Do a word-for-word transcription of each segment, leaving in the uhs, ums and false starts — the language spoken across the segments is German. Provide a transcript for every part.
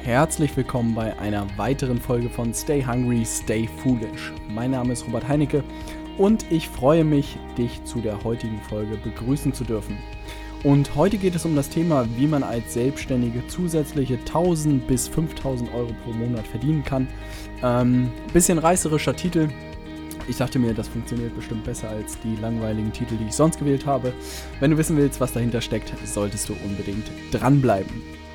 herzlich willkommen bei einer weiteren Folge von Stay Hungry, Stay Foolish. Mein Name ist Robert Heinecke und ich freue mich, dich zu der heutigen Folge begrüßen zu dürfen. Und heute geht es um das Thema, wie man als Selbstständige zusätzliche tausend bis fünftausend Euro pro Monat verdienen kann. Ähm, bisschen reißerischer Titel. Ich dachte mir, das funktioniert bestimmt besser als die langweiligen Titel, die ich sonst gewählt habe. Wenn du wissen willst, was dahinter steckt, solltest du unbedingt dranbleiben.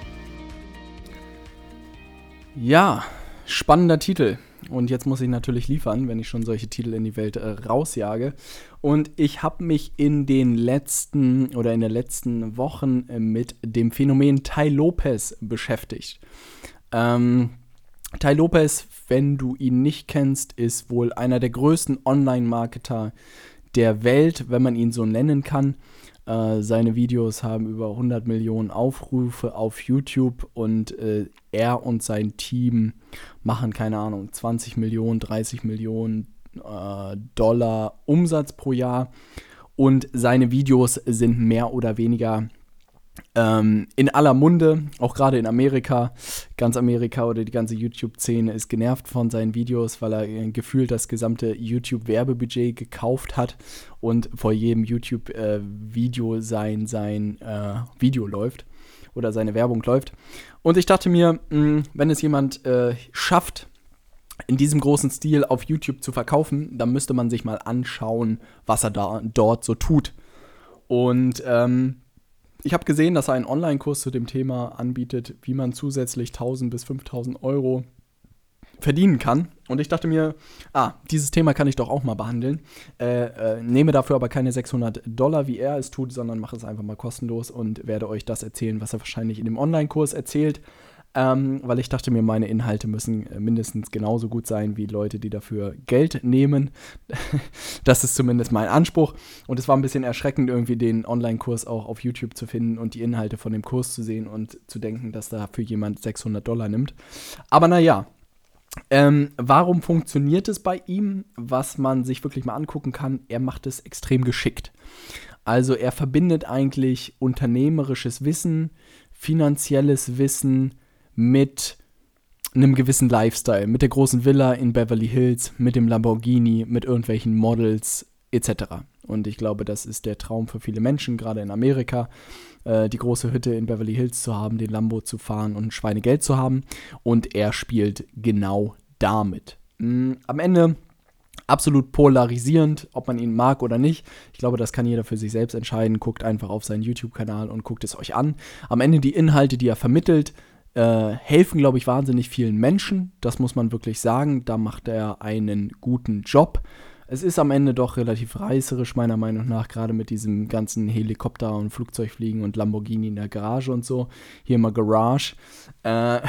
Ja, spannender Titel. Und jetzt muss ich natürlich liefern, wenn ich schon solche Titel in die Welt äh, rausjage. Und ich habe mich in den letzten oder in den letzten Wochen äh, mit dem Phänomen Tai Lopez beschäftigt. Ähm, Tai Lopez, wenn du ihn nicht kennst, ist wohl einer der größten Online-Marketer der Welt, wenn man ihn so nennen kann. Äh, seine Videos haben über hundert Millionen Aufrufe auf YouTube und äh, er und sein Team machen, keine Ahnung, zwanzig Millionen, dreißig Millionen äh, Dollar Umsatz pro Jahr. Und seine Videos sind mehr oder weniger ähm, in aller Munde, auch gerade in Amerika. Ganz Amerika oder die ganze YouTube-Szene ist genervt von seinen Videos, weil er äh, gefühlt das gesamte YouTube-Werbebudget gekauft hat und vor jedem YouTube-Video äh, sein, sein äh, Video läuft oder seine Werbung läuft. Und ich dachte mir, mh, wenn es jemand äh, schafft, in diesem großen Stil auf YouTube zu verkaufen, dann müsste man sich mal anschauen, was er da dort so tut. Und ähm, ich habe gesehen, dass er einen Online-Kurs zu dem Thema anbietet, wie man zusätzlich tausend bis fünftausend Euro verdienen kann. Und ich dachte mir, ah, dieses Thema kann ich doch auch mal behandeln. Äh, äh, nehme dafür aber keine sechshundert Dollar, wie er es tut, sondern mache es einfach mal kostenlos und werde euch das erzählen, was er wahrscheinlich in dem Online-Kurs erzählt. Ähm, weil ich dachte mir, meine Inhalte müssen mindestens genauso gut sein wie Leute, die dafür Geld nehmen. Das ist zumindest mein Anspruch. Und es war ein bisschen erschreckend, irgendwie den Online-Kurs auch auf YouTube zu finden und die Inhalte von dem Kurs zu sehen und zu denken, dass dafür jemand sechshundert Dollar nimmt. Aber naja, ähm, warum funktioniert es bei ihm? Was man sich wirklich mal angucken kann, er macht es extrem geschickt. Also er verbindet eigentlich unternehmerisches Wissen, finanzielles Wissen, mit einem gewissen Lifestyle, mit der großen Villa in Beverly Hills, mit dem Lamborghini, mit irgendwelchen Models et cetera. Und ich glaube, das ist der Traum für viele Menschen, gerade in Amerika, äh, die große Hütte in Beverly Hills zu haben, den Lambo zu fahren und ein Schweinegeld zu haben. Und er spielt genau damit. Mhm, am Ende absolut polarisierend, ob man ihn mag oder nicht. Ich glaube, das kann jeder für sich selbst entscheiden. Guckt einfach auf seinen YouTube-Kanal und guckt es euch an. Am Ende die Inhalte, die er vermittelt, Äh, helfen, glaube ich, wahnsinnig vielen Menschen. Das muss man wirklich sagen. Da macht er einen guten Job. Es ist am Ende doch relativ reißerisch, meiner Meinung nach, gerade mit diesem ganzen Helikopter- und Flugzeugfliegen und Lamborghini in der Garage und so. Hier immer Garage. Äh,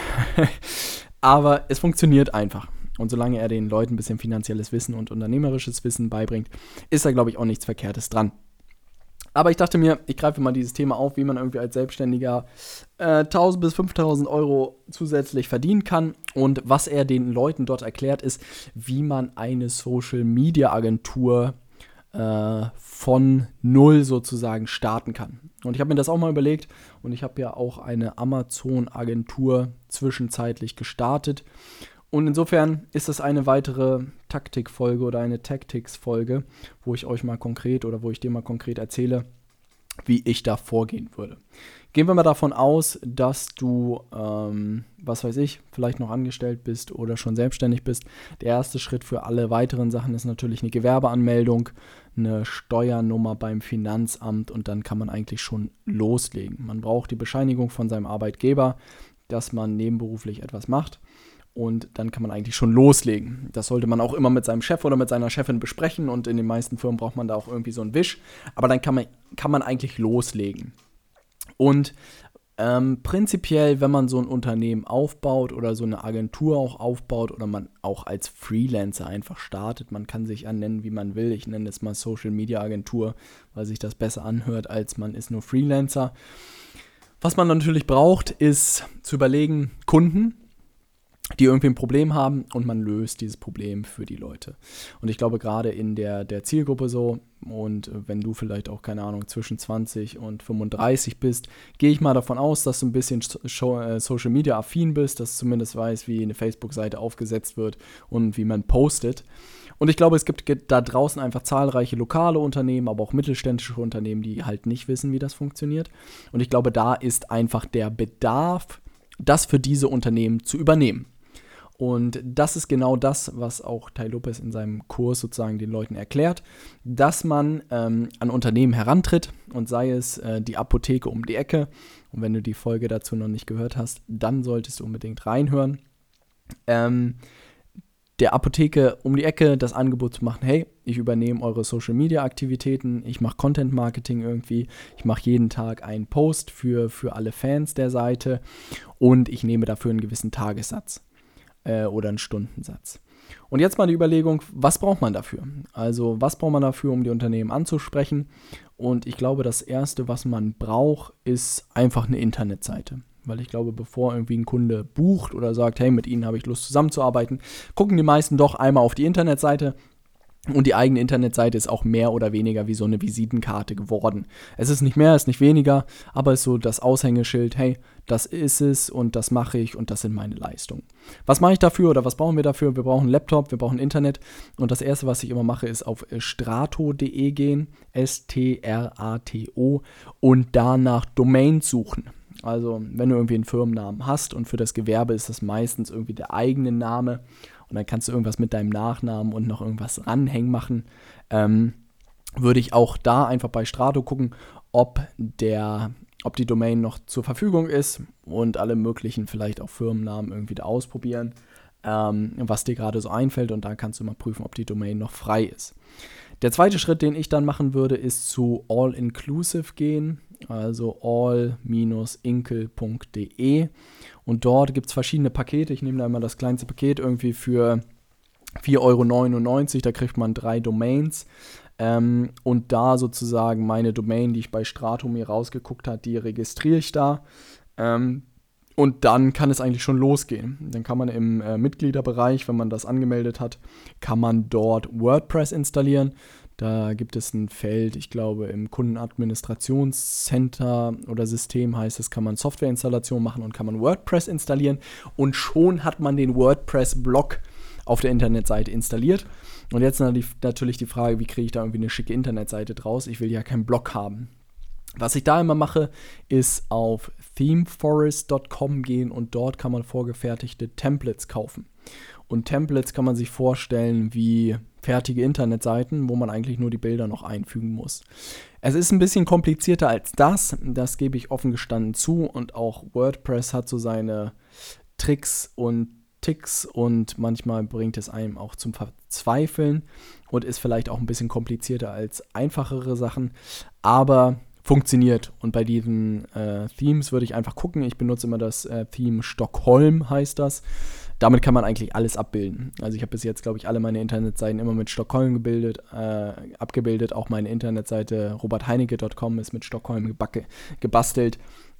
aber es funktioniert einfach. Und solange er den Leuten ein bisschen finanzielles Wissen und unternehmerisches Wissen beibringt, ist da, glaube ich, auch nichts Verkehrtes dran. Aber ich dachte mir, ich greife mal dieses Thema auf, wie man irgendwie als Selbstständiger äh, tausend bis fünftausend Euro zusätzlich verdienen kann. Und was er den Leuten dort erklärt, ist, wie man eine Social-Media-Agentur äh, von null sozusagen starten kann. Und ich habe mir das auch mal überlegt und ich habe ja auch eine Amazon-Agentur zwischenzeitlich gestartet. Und insofern ist das eine weitere Taktikfolge oder eine Tactics-Folge, wo ich euch mal konkret oder wo ich dir mal konkret erzähle, wie ich da vorgehen würde. Gehen wir mal davon aus, dass du, ähm, was weiß ich, vielleicht noch angestellt bist oder schon selbstständig bist. Der erste Schritt für alle weiteren Sachen ist natürlich eine Gewerbeanmeldung, eine Steuernummer beim Finanzamt und dann kann man eigentlich schon loslegen. Man braucht die Bescheinigung von seinem Arbeitgeber, dass man nebenberuflich etwas macht. Und dann kann man eigentlich schon loslegen. Das sollte man auch immer mit seinem Chef oder mit seiner Chefin besprechen. Und in den meisten Firmen braucht man da auch irgendwie so einen Wisch. Aber dann kann man, kann man eigentlich loslegen. Und ähm, prinzipiell, wenn man so ein Unternehmen aufbaut oder so eine Agentur auch aufbaut oder man auch als Freelancer einfach startet, man kann sich annennen, wie man will. Ich nenne es mal Social Media Agentur, weil sich das besser anhört, als man ist nur Freelancer. Was man natürlich braucht, ist zu überlegen, Kunden. die irgendwie ein Problem haben und man löst dieses Problem für die Leute. Und ich glaube, gerade in der, der Zielgruppe so, und wenn du vielleicht auch, keine Ahnung, zwischen zwanzig und fünfunddreißig bist, gehe ich mal davon aus, dass du ein bisschen Social Media affin bist, dass du zumindest weißt, wie eine Facebook-Seite aufgesetzt wird und wie man postet. Und ich glaube, es gibt da draußen einfach zahlreiche lokale Unternehmen, aber auch mittelständische Unternehmen, die halt nicht wissen, wie das funktioniert. Und ich glaube, da ist einfach der Bedarf, das für diese Unternehmen zu übernehmen. Und das ist genau das, was auch Tai Lopez in seinem Kurs sozusagen den Leuten erklärt, dass man ähm, an Unternehmen herantritt und sei es äh, die Apotheke um die Ecke. Und wenn du die Folge dazu noch nicht gehört hast, dann solltest du unbedingt reinhören. Ähm, der Apotheke um die Ecke das Angebot zu machen, hey, ich übernehme eure Social-Media-Aktivitäten, ich mache Content-Marketing irgendwie, ich mache jeden Tag einen Post für, für alle Fans der Seite und ich nehme dafür einen gewissen Tagessatz. Oder einen Stundensatz. Und jetzt mal die Überlegung, was braucht man dafür? Also was braucht man dafür, um die Unternehmen anzusprechen? Und ich glaube, das Erste, was man braucht, ist einfach eine Internetseite. Weil ich glaube, bevor irgendwie ein Kunde bucht oder sagt, hey, mit Ihnen habe ich Lust zusammenzuarbeiten, gucken die meisten doch einmal auf die Internetseite. Und die eigene Internetseite ist auch mehr oder weniger wie so eine Visitenkarte geworden. Es ist nicht mehr, es ist nicht weniger, aber es ist so das Aushängeschild, hey, das ist es und das mache ich und das sind meine Leistungen. Was mache ich dafür oder was brauchen wir dafür? Wir brauchen einen Laptop, wir brauchen Internet und das Erste, was ich immer mache, ist auf strato punkt de gehen, S T R A T O und danach Domains suchen. Also wenn du irgendwie einen Firmennamen hast und für das Gewerbe ist das meistens irgendwie der eigene Name und dann kannst du irgendwas mit deinem Nachnamen und noch irgendwas ranhängen machen, ähm, würde ich auch da einfach bei Strato gucken, ob der, ob die Domain noch zur Verfügung ist und alle möglichen vielleicht auch Firmennamen irgendwie da ausprobieren, ähm, was dir gerade so einfällt und dann kannst du mal prüfen, ob die Domain noch frei ist. Der zweite Schritt, den ich dann machen würde, ist zu All-Inclusive gehen, also all Bindestrich inkel punkt de und dort gibt es verschiedene Pakete. Ich nehme da immer das kleinste Paket irgendwie für vier Euro neunundneunzig, da kriegt man drei Domains ähm, und da sozusagen meine Domain, die ich bei Strato mir rausgeguckt habe, die registriere ich da ähm, und dann kann es eigentlich schon losgehen. Dann kann man im äh, Mitgliederbereich, wenn man das angemeldet hat, kann man dort WordPress installieren. Da gibt es ein Feld, ich glaube im Kundenadministrationscenter oder System heißt es, kann man Softwareinstallation machen und kann man WordPress installieren und schon hat man den WordPress-Blog auf der Internetseite installiert. Und jetzt natürlich die Frage, wie kriege ich da irgendwie eine schicke Internetseite draus? Ich will ja keinen Blog haben. Was ich da immer mache, ist auf themeforest punkt com gehen und dort kann man vorgefertigte Templates kaufen. Und Templates kann man sich vorstellen wie fertige Internetseiten, wo man eigentlich nur die Bilder noch einfügen muss. Es ist ein bisschen komplizierter als das, das gebe ich offen gestanden zu und auch WordPress hat so seine Tricks und Ticks und manchmal bringt es einem auch zum Verzweifeln und ist vielleicht auch ein bisschen komplizierter als einfachere Sachen, aber funktioniert. Und bei diesen äh, Themes würde ich einfach gucken. Ich benutze immer das äh, Theme Stockholm, heißt das. Damit kann man eigentlich alles abbilden. Also ich habe bis jetzt, glaube ich, alle meine Internetseiten immer mit Stockholm gebildet, äh, abgebildet. Auch meine Internetseite robert heinecke punkt com ist mit Stockholm gebacke, gebastelt.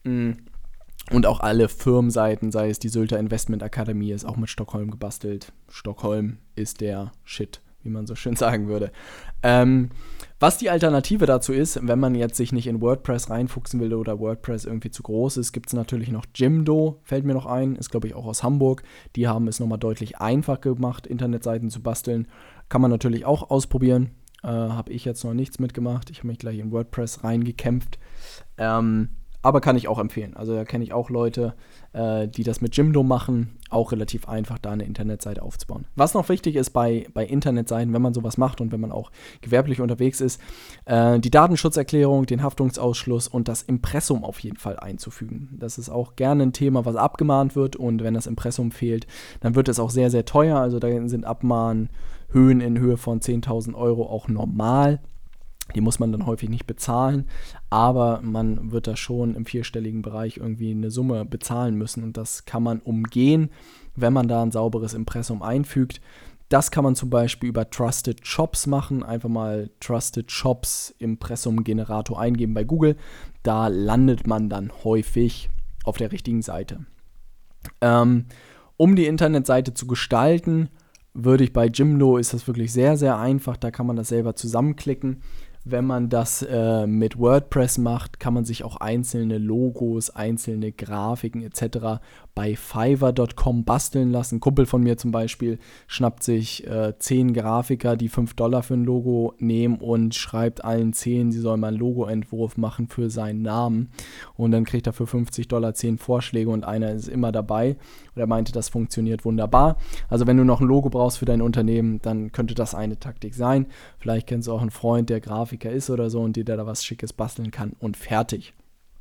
Und auch alle Firmenseiten, sei es die Sylter Investment Akademie, ist auch mit Stockholm gebastelt. Stockholm ist der Shit, wie man so schön sagen würde. Ähm, was die Alternative dazu ist, wenn man jetzt sich nicht in WordPress reinfuchsen will oder WordPress irgendwie zu groß ist, gibt es natürlich noch Jimdo, fällt mir noch ein, ist glaube ich auch aus Hamburg. Die haben es nochmal deutlich einfach gemacht, Internetseiten zu basteln. Kann man natürlich auch ausprobieren. Äh, habe ich jetzt noch nichts mitgemacht. Ich habe mich gleich in WordPress reingekämpft. Ähm, Aber kann ich auch empfehlen. Also da kenne ich auch Leute, äh, die das mit Jimdo machen. Auch relativ einfach, da eine Internetseite aufzubauen. Was noch wichtig ist bei, bei Internetseiten, wenn man sowas macht und wenn man auch gewerblich unterwegs ist, äh, die Datenschutzerklärung, den Haftungsausschluss und das Impressum auf jeden Fall einzufügen. Das ist auch gerne ein Thema, was abgemahnt wird. Und wenn das Impressum fehlt, dann wird es auch sehr, sehr teuer. Also da sind Abmahnhöhen in Höhe von zehntausend Euro auch normal. Die muss man dann häufig nicht bezahlen, aber man wird da schon im vierstelligen Bereich irgendwie eine Summe bezahlen müssen und das kann man umgehen, wenn man da ein sauberes Impressum einfügt. Das kann man zum Beispiel über Trusted Shops machen, einfach mal Trusted Shops Impressum Generator eingeben bei Google, da landet man dann häufig auf der richtigen Seite. Ähm, Um die Internetseite zu gestalten, würde ich bei Jimdo, ist das wirklich sehr, sehr einfach, da kann man das selber zusammenklicken. Wenn man das äh, mit WordPress macht, kann man sich auch einzelne Logos, einzelne Grafiken et cetera bei Fiverr Punkt com basteln lassen. Ein Kumpel von mir zum Beispiel schnappt sich äh, zehn Grafiker, die fünf Dollar für ein Logo nehmen und schreibt allen zehn, sie sollen mal einen Logoentwurf machen für seinen Namen. Und dann kriegt er für fünfzig Dollar zehn Vorschläge und einer ist immer dabei. Und er meinte, das funktioniert wunderbar. Also wenn du noch ein Logo brauchst für dein Unternehmen, dann könnte das eine Taktik sein. Vielleicht kennst du auch einen Freund, der Grafiker ist oder so und dir da was Schickes basteln kann und fertig.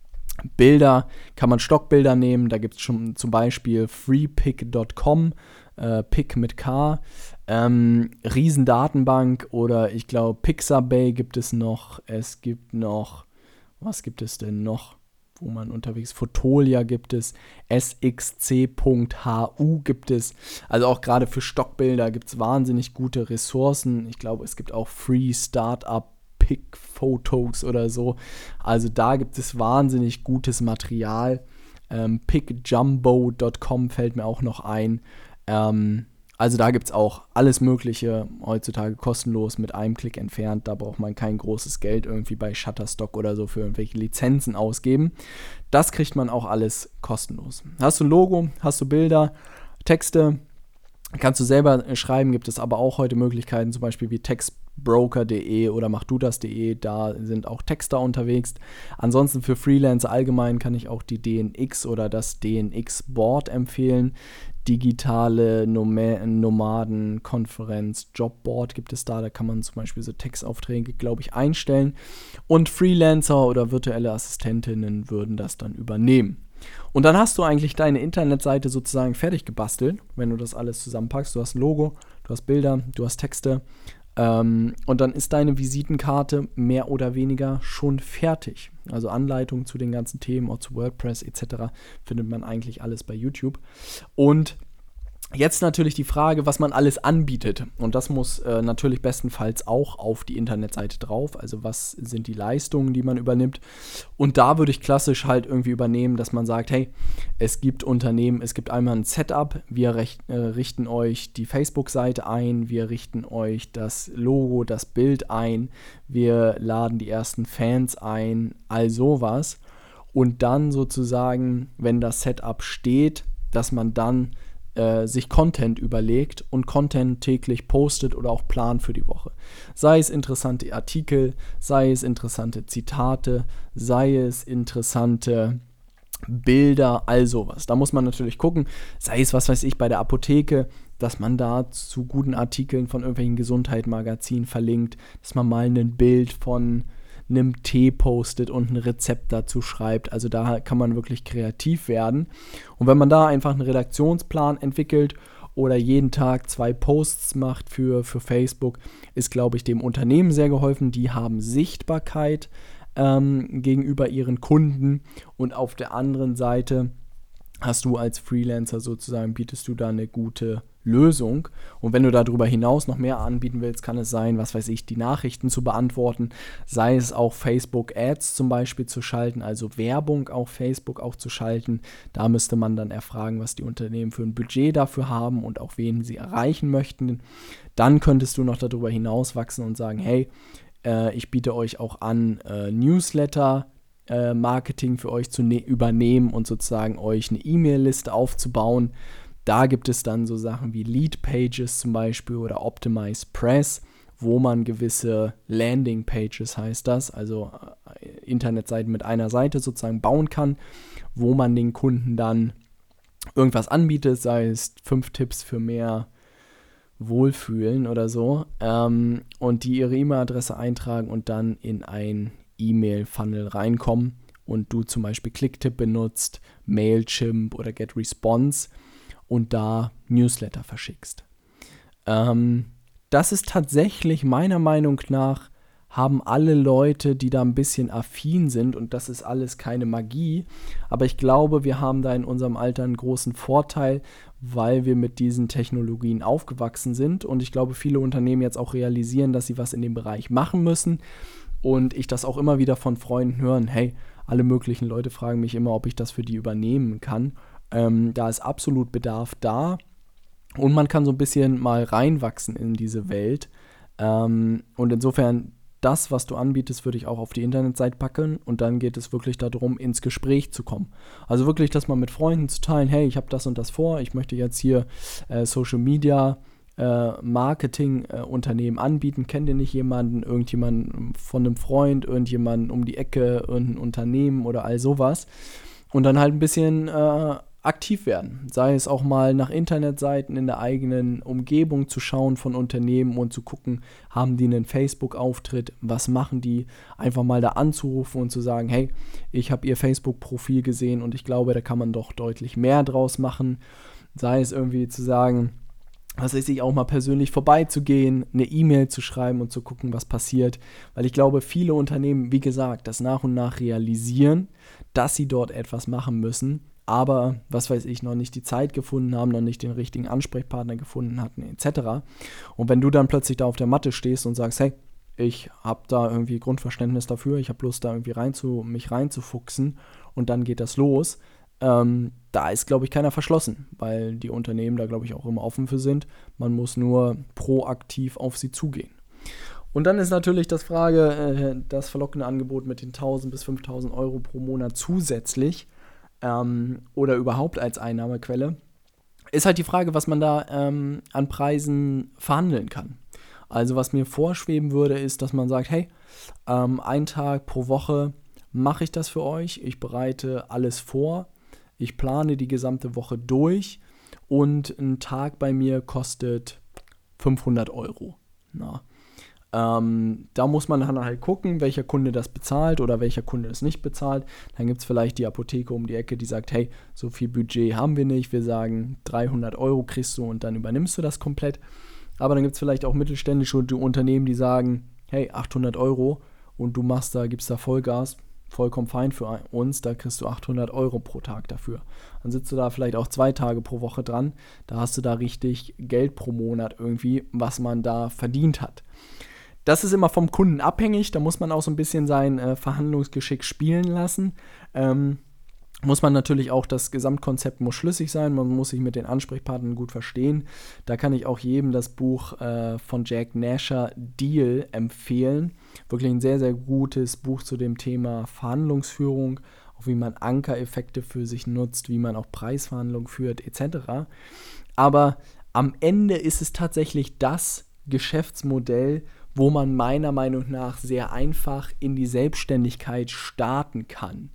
Bilder kann man Stockbilder nehmen, da gibt es schon zum Beispiel freepik Punkt com, äh, Pick mit K, ähm, Riesendatenbank oder ich glaube Pixabay gibt es noch, es gibt noch, was gibt es denn noch, wo man unterwegs, Fotolia gibt es, S X C Punkt H U gibt es, also auch gerade für Stockbilder gibt es wahnsinnig gute Ressourcen, ich glaube es gibt auch Free Startup Pick Photos oder so. Also da gibt es wahnsinnig gutes Material. Ähm, pick jumbo Punkt com fällt mir auch noch ein. Ähm, also da gibt es auch alles Mögliche, heutzutage kostenlos, mit einem Klick entfernt. Da braucht man kein großes Geld irgendwie bei Shutterstock oder so für irgendwelche Lizenzen ausgeben. Das kriegt man auch alles kostenlos. Hast du ein Logo, hast du Bilder, Texte, kannst du selber schreiben, gibt es aber auch heute Möglichkeiten, zum Beispiel wie textbroker Punkt de oder machdudas Punkt de, da sind auch Texter unterwegs. Ansonsten für Freelancer allgemein kann ich auch die D N X oder das D N X-Board empfehlen. Digitale Nom- Nomaden-Konferenz, Jobboard gibt es da, da kann man zum Beispiel so Textaufträge, glaube ich, einstellen. Und Freelancer oder virtuelle Assistentinnen würden das dann übernehmen. Und dann hast du eigentlich deine Internetseite sozusagen fertig gebastelt, wenn du das alles zusammenpackst. Du hast ein Logo, du hast Bilder, du hast Texte ähm, und dann ist deine Visitenkarte mehr oder weniger schon fertig. Also Anleitungen zu den ganzen Themen, auch zu WordPress et cetera findet man eigentlich alles bei YouTube. Und jetzt natürlich die Frage, was man alles anbietet. Und das muss äh, natürlich bestenfalls auch auf die Internetseite drauf. Also was sind die Leistungen, die man übernimmt. Und da würde ich klassisch halt irgendwie übernehmen, dass man sagt, hey, es gibt Unternehmen, es gibt einmal ein Setup. Wir recht, äh, richten euch die Facebook-Seite ein. Wir richten euch das Logo, das Bild ein. Wir laden die ersten Fans ein. All sowas. Und dann sozusagen, wenn das Setup steht, dass man dann sich Content überlegt und Content täglich postet oder auch plant für die Woche. Sei es interessante Artikel, sei es interessante Zitate, sei es interessante Bilder, all sowas. Da muss man natürlich gucken, sei es, was weiß ich, bei der Apotheke, dass man da zu guten Artikeln von irgendwelchen Gesundheitsmagazinen verlinkt, dass man mal ein Bild von einem Tee postet und ein Rezept dazu schreibt. Also da kann man wirklich kreativ werden. Und wenn man da einfach einen Redaktionsplan entwickelt oder jeden Tag zwei Posts macht für, für Facebook, ist, glaube ich, dem Unternehmen sehr geholfen. Die haben Sichtbarkeit ähm, gegenüber ihren Kunden und auf der anderen Seite hast du als Freelancer sozusagen, bietest du da eine gute Lösung. Und wenn du darüber hinaus noch mehr anbieten willst, kann es sein, was weiß ich, die Nachrichten zu beantworten, sei es auch Facebook-Ads zum Beispiel zu schalten, also Werbung auf Facebook auch zu schalten. Da müsste man dann erfragen, was die Unternehmen für ein Budget dafür haben und auch wen sie erreichen möchten. Dann könntest du noch darüber hinaus wachsen und sagen, hey, äh, ich biete euch auch an, äh, Newsletter Äh, Marketing für euch zu ne- übernehmen und sozusagen euch eine E-Mail-Liste aufzubauen. Da gibt es dann so Sachen wie Lead-Pages zum Beispiel oder Optimize Press, wo man gewisse Landing-Pages, heißt das, also äh, Internetseiten mit einer Seite sozusagen bauen kann, wo man den Kunden dann irgendwas anbietet, sei es fünf Tipps für mehr Wohlfühlen oder so, ähm, und die ihre E-Mail-Adresse eintragen und dann in ein E-Mail-Funnel reinkommen und du zum Beispiel Clicktip benutzt, Mailchimp oder GetResponse und da Newsletter verschickst. Ähm, das ist tatsächlich meiner Meinung nach, haben alle Leute, die da ein bisschen affin sind, und das ist alles keine Magie, aber ich glaube, wir haben da in unserem Alter einen großen Vorteil, weil wir mit diesen Technologien aufgewachsen sind und ich glaube, viele Unternehmen jetzt auch realisieren, dass sie was in dem Bereich machen müssen. Und ich das auch immer wieder von Freunden hören, hey, alle möglichen Leute fragen mich immer, ob ich das für die übernehmen kann. Ähm, da ist absolut Bedarf da und man kann so ein bisschen mal reinwachsen in diese Welt. Ähm, und insofern, das, was du anbietest, würde ich auch auf die Internetseite packen und dann geht es wirklich darum, ins Gespräch zu kommen. Also wirklich, das mal mit Freunden zu teilen, hey, ich habe das und das vor, ich möchte jetzt hier äh, Social Media äh, Marketing-Unternehmen äh, anbieten. Kennt ihr nicht jemanden, irgendjemanden von einem Freund, irgendjemanden um die Ecke, irgendein Unternehmen oder all sowas? Und dann halt ein bisschen äh, aktiv werden. Sei es auch mal nach Internetseiten in der eigenen Umgebung zu schauen von Unternehmen und zu gucken, haben die einen Facebook-Auftritt, was machen die? Einfach mal da anzurufen und zu sagen, hey, ich habe ihr Facebook-Profil gesehen und ich glaube, da kann man doch deutlich mehr draus machen. Sei es irgendwie zu sagen, was weiß ich, auch mal persönlich vorbeizugehen, eine E-Mail zu schreiben und zu gucken, was passiert. Weil ich glaube, viele Unternehmen, wie gesagt, das nach und nach realisieren, dass sie dort etwas machen müssen, aber, was weiß ich, noch nicht die Zeit gefunden haben, noch nicht den richtigen Ansprechpartner gefunden hatten, et cetera. Und wenn du dann plötzlich da auf der Matte stehst und sagst, hey, ich habe da irgendwie Grundverständnis dafür, ich habe Lust, da irgendwie rein zu, mich reinzufuchsen und dann geht das los, Ähm, da ist, glaube ich, keiner verschlossen, weil die Unternehmen da, glaube ich, auch immer offen für sind. Man muss nur proaktiv auf sie zugehen. Und dann ist natürlich das Frage, äh, das verlockende Angebot mit den tausend bis fünftausend Euro pro Monat zusätzlich ähm, oder überhaupt als Einnahmequelle, ist halt die Frage, was man da ähm, an Preisen verhandeln kann. Also was mir vorschweben würde, ist, dass man sagt, hey, ähm, einen Tag pro Woche mache ich das für euch, ich bereite alles vor, ich plane die gesamte Woche durch und ein Tag bei mir kostet fünfhundert Euro. Na, ähm, da muss man dann halt gucken, welcher Kunde das bezahlt oder welcher Kunde es nicht bezahlt. Dann gibt es vielleicht die Apotheke um die Ecke, die sagt, hey, so viel Budget haben wir nicht, wir sagen dreihundert Euro kriegst du und dann übernimmst du das komplett. Aber dann gibt es vielleicht auch mittelständische Unternehmen, die sagen, hey, achthundert Euro und du machst da, gibst da Vollgas, vollkommen fein für uns, da kriegst du achthundert Euro pro Tag dafür. Dann sitzt du da vielleicht auch zwei Tage pro Woche dran, da hast du da richtig Geld pro Monat irgendwie, was man da verdient hat. Das ist immer vom Kunden abhängig, da muss man auch so ein bisschen sein äh, Verhandlungsgeschick spielen lassen. Ähm, muss man natürlich auch, das Gesamtkonzept muss schlüssig sein, man muss sich mit den Ansprechpartnern gut verstehen. Da kann ich auch jedem das Buch äh, von Jack Nasher, Deal, empfehlen. Wirklich ein sehr, sehr gutes Buch zu dem Thema Verhandlungsführung, auch wie man Ankereffekte für sich nutzt, wie man auch Preisverhandlungen führt, et cetera. Aber am Ende ist es tatsächlich das Geschäftsmodell, wo man meiner Meinung nach sehr einfach in die Selbstständigkeit starten kann.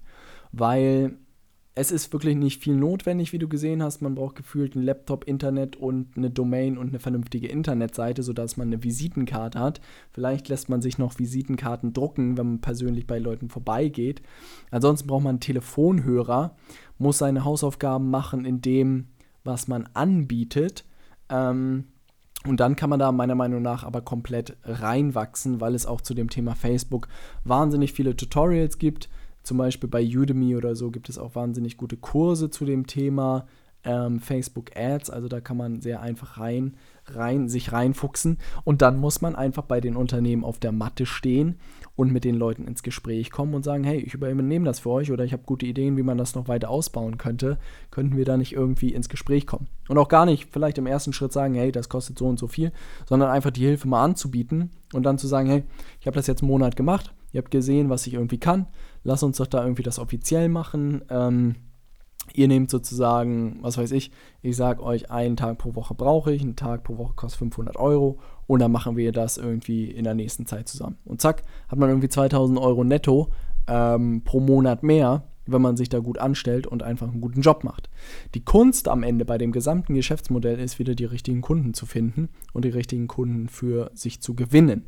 Weil es ist wirklich nicht viel notwendig, wie du gesehen hast. Man braucht gefühlt einen Laptop, Internet und eine Domain und eine vernünftige Internetseite, sodass man eine Visitenkarte hat. Vielleicht lässt man sich noch Visitenkarten drucken, wenn man persönlich bei Leuten vorbeigeht. Ansonsten braucht man einen Telefonhörer, muss seine Hausaufgaben machen in dem, was man anbietet. Ähm, und dann kann man da meiner Meinung nach aber komplett reinwachsen, weil es auch zu dem Thema Facebook wahnsinnig viele Tutorials gibt. Zum Beispiel bei Udemy oder so gibt es auch wahnsinnig gute Kurse zu dem Thema ähm, Facebook Ads. Also da kann man sehr einfach rein, rein, sich reinfuchsen. Und dann muss man einfach bei den Unternehmen auf der Matte stehen und mit den Leuten ins Gespräch kommen und sagen, hey, ich übernehme das für euch oder ich habe gute Ideen, wie man das noch weiter ausbauen könnte. Könnten wir da nicht irgendwie ins Gespräch kommen? Und auch gar nicht vielleicht im ersten Schritt sagen, hey, das kostet so und so viel, sondern einfach die Hilfe mal anzubieten und dann zu sagen, hey, ich habe das jetzt einen Monat gemacht, ihr habt gesehen, was ich irgendwie kann, lass uns doch da irgendwie das offiziell machen. Ähm, ihr nehmt sozusagen, was weiß ich, ich sage euch, einen Tag pro Woche brauche ich, einen Tag pro Woche kostet fünfhundert Euro und dann machen wir das irgendwie in der nächsten Zeit zusammen. Und zack, hat man irgendwie zweitausend Euro netto ähm, pro Monat mehr, wenn man sich da gut anstellt und einfach einen guten Job macht. Die Kunst am Ende bei dem gesamten Geschäftsmodell ist wieder die richtigen Kunden zu finden und die richtigen Kunden für sich zu gewinnen.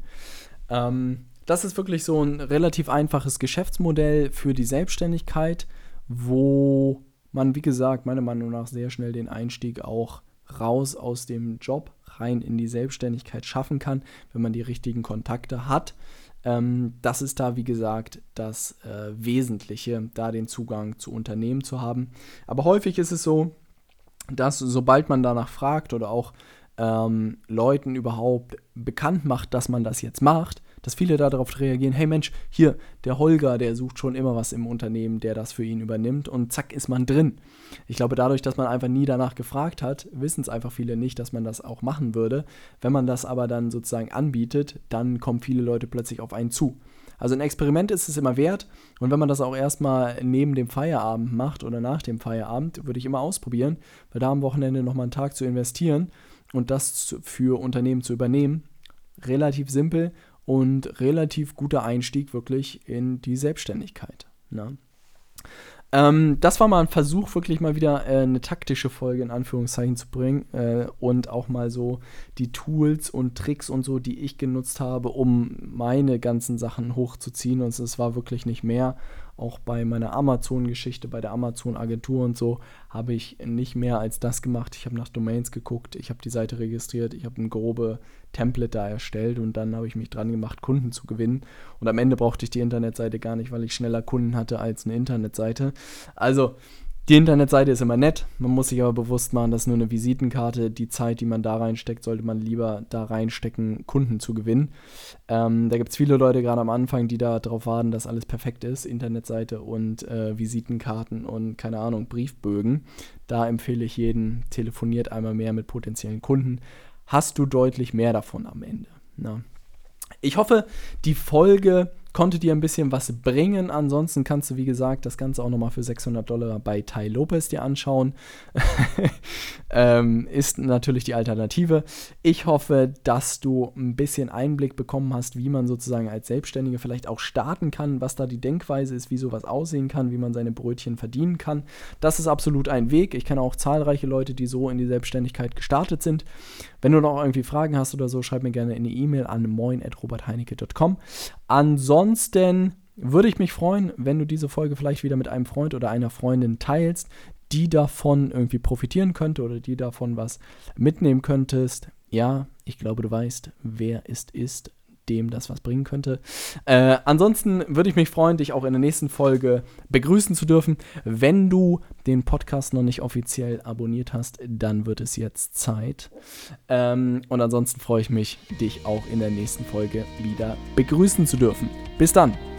Ähm, Das ist wirklich so ein relativ einfaches Geschäftsmodell für die Selbstständigkeit, wo man, wie gesagt, meiner Meinung nach sehr schnell den Einstieg auch raus aus dem Job rein in die Selbstständigkeit schaffen kann, wenn man die richtigen Kontakte hat. Ähm, das ist da, wie gesagt, das äh, Wesentliche, da den Zugang zu Unternehmen zu haben. Aber häufig ist es so, dass sobald man danach fragt oder auch ähm, Leuten überhaupt bekannt macht, dass man das jetzt macht, dass viele darauf reagieren, hey Mensch, hier, der Holger, der sucht schon immer was im Unternehmen, der das für ihn übernimmt und zack ist man drin. Ich glaube, dadurch, dass man einfach nie danach gefragt hat, wissen es einfach viele nicht, dass man das auch machen würde. Wenn man das aber dann sozusagen anbietet, dann kommen viele Leute plötzlich auf einen zu. Also ein Experiment ist es immer wert und wenn man das auch erstmal neben dem Feierabend macht oder nach dem Feierabend, würde ich immer ausprobieren, weil da am Wochenende nochmal einen Tag zu investieren und das für Unternehmen zu übernehmen, relativ simpel und relativ guter Einstieg wirklich in die Selbstständigkeit. Ne? Ähm, das war mal ein Versuch, wirklich mal wieder äh, eine taktische Folge in Anführungszeichen zu bringen äh, und auch mal so die Tools und Tricks und so, die ich genutzt habe, um meine ganzen Sachen hochzuziehen. Und es war wirklich nicht mehr. Auch bei meiner Amazon-Geschichte, bei der Amazon-Agentur und so, habe ich nicht mehr als das gemacht. Ich habe nach Domains geguckt, ich habe die Seite registriert, ich habe ein grobe Template da erstellt und dann habe ich mich dran gemacht, Kunden zu gewinnen. Und am Ende brauchte ich die Internetseite gar nicht, weil ich schneller Kunden hatte als eine Internetseite. Also die Internetseite ist immer nett, man muss sich aber bewusst machen, das ist nur eine Visitenkarte. Die Zeit, die man da reinsteckt, sollte man lieber da reinstecken, Kunden zu gewinnen. Ähm, da gibt es viele Leute gerade am Anfang, die da drauf warten, dass alles perfekt ist, Internetseite und äh, Visitenkarten und, keine Ahnung, Briefbögen. Da empfehle ich jeden, telefoniert einmal mehr mit potenziellen Kunden. Hast du deutlich mehr davon am Ende. Na. Ich hoffe, die Folge konnte dir ein bisschen was bringen. Ansonsten kannst du, wie gesagt, das Ganze auch nochmal für sechshundert Dollar bei Tai Lopez dir anschauen. ähm, ist natürlich die Alternative. Ich hoffe, dass du ein bisschen Einblick bekommen hast, wie man sozusagen als Selbstständige vielleicht auch starten kann, was da die Denkweise ist, wie sowas aussehen kann, wie man seine Brötchen verdienen kann. Das ist absolut ein Weg. Ich kenne auch zahlreiche Leute, die so in die Selbstständigkeit gestartet sind. Wenn du noch irgendwie Fragen hast oder so, schreib mir gerne eine E-Mail an moin at robert heinecke punkt com. Ansonsten würde ich mich freuen, wenn du diese Folge vielleicht wieder mit einem Freund oder einer Freundin teilst, die davon irgendwie profitieren könnte oder die davon was mitnehmen könntest. Ja, ich glaube, du weißt, wer es ist, dem das was bringen könnte. Äh, ansonsten würde ich mich freuen, dich auch in der nächsten Folge begrüßen zu dürfen. Wenn du den Podcast noch nicht offiziell abonniert hast, dann wird es jetzt Zeit. Ähm, und ansonsten freue ich mich, dich auch in der nächsten Folge wieder begrüßen zu dürfen. Bis dann!